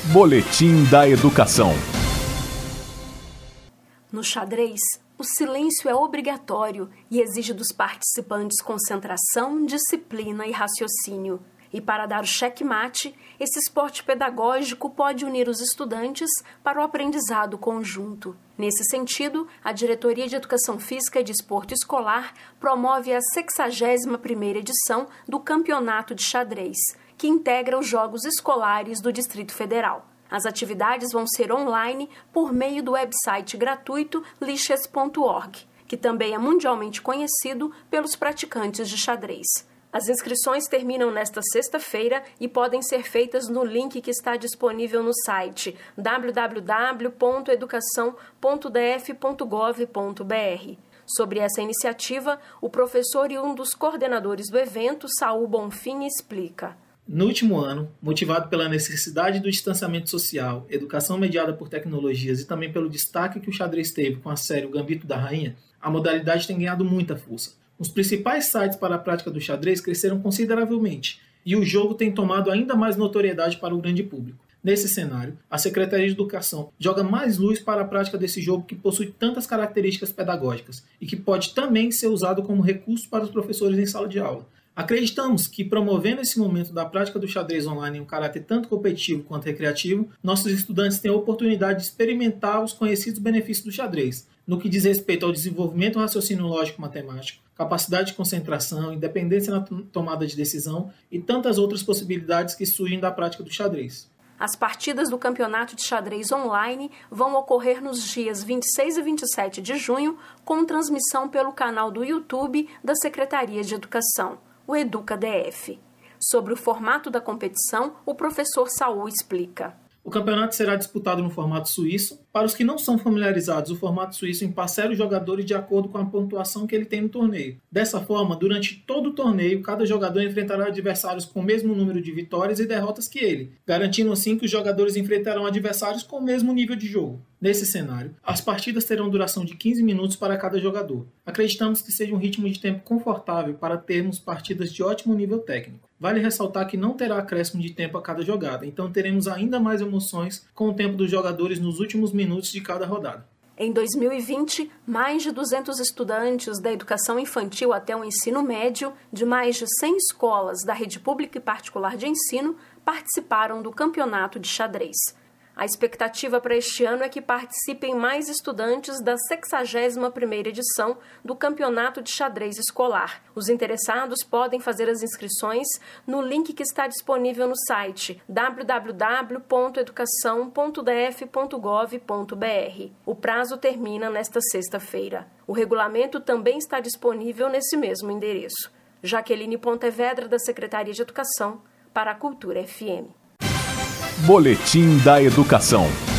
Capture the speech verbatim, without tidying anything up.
Boletim da Educação. No xadrez, o silêncio é obrigatório e exige dos participantes concentração, disciplina e raciocínio. E para dar o checkmate, esse esporte pedagógico pode unir os estudantes para o aprendizado conjunto. Nesse sentido, a Diretoria de Educação Física e Desporto Escolar promove a sexagésima primeira edição do Campeonato de Xadrez, que integra os Jogos Escolares do Distrito Federal. As atividades vão ser online por meio do website gratuito lichess ponto org, que também é mundialmente conhecido pelos praticantes de xadrez. As inscrições terminam nesta sexta-feira e podem ser feitas no link que está disponível no site w w w ponto educação ponto d f ponto gov ponto b r. Sobre essa iniciativa, o professor e um dos coordenadores do evento, Saul Bonfim, explica. No último ano, motivado pela necessidade do distanciamento social, educação mediada por tecnologias e também pelo destaque que o xadrez teve com a série O Gambito da Rainha, a modalidade tem ganhado muita força. Os principais sites para a prática do xadrez cresceram consideravelmente e o jogo tem tomado ainda mais notoriedade para o grande público. Nesse cenário, a Secretaria de Educação joga mais luz para a prática desse jogo que possui tantas características pedagógicas e que pode também ser usado como recurso para os professores em sala de aula. Acreditamos que, promovendo esse momento da prática do xadrez online em um caráter tanto competitivo quanto recreativo, nossos estudantes têm a oportunidade de experimentar os conhecidos benefícios do xadrez, no que diz respeito ao desenvolvimento do raciocínio lógico-matemático, capacidade de concentração, independência na tomada de decisão e tantas outras possibilidades que surgem da prática do xadrez. As partidas do Campeonato de Xadrez Online vão ocorrer nos dias vinte e seis e vinte e sete de junho, com transmissão pelo canal do YouTube da Secretaria de Educação, o Educa D F. Sobre o formato da competição, o professor Saul explica. O campeonato será disputado no formato suíço. Para os que não são familiarizados, o formato suíço emparcela os jogadores de acordo com a pontuação que ele tem no torneio. Dessa forma, durante todo o torneio, cada jogador enfrentará adversários com o mesmo número de vitórias e derrotas que ele, garantindo assim que os jogadores enfrentarão adversários com o mesmo nível de jogo. Nesse cenário, as partidas terão duração de quinze minutos para cada jogador. Acreditamos que seja um ritmo de tempo confortável para termos partidas de ótimo nível técnico. Vale ressaltar que não terá acréscimo de tempo a cada jogada, então teremos ainda mais emoções com o tempo dos jogadores nos últimos minutos de cada rodada. Em dois mil e vinte, mais de duzentos estudantes da educação infantil até o ensino médio, de mais de cem escolas da rede pública e particular de ensino, participaram do campeonato de xadrez. A expectativa para este ano é que participem mais estudantes da sexagésima primeira edição do Campeonato de Xadrez Escolar. Os interessados podem fazer as inscrições no link que está disponível no site w w w ponto educação ponto d f ponto gov ponto b r. O prazo termina nesta sexta-feira. O regulamento também está disponível nesse mesmo endereço. Jaqueline Pontevedra, da Secretaria de Educação, para a Cultura F M. Boletim da Educação.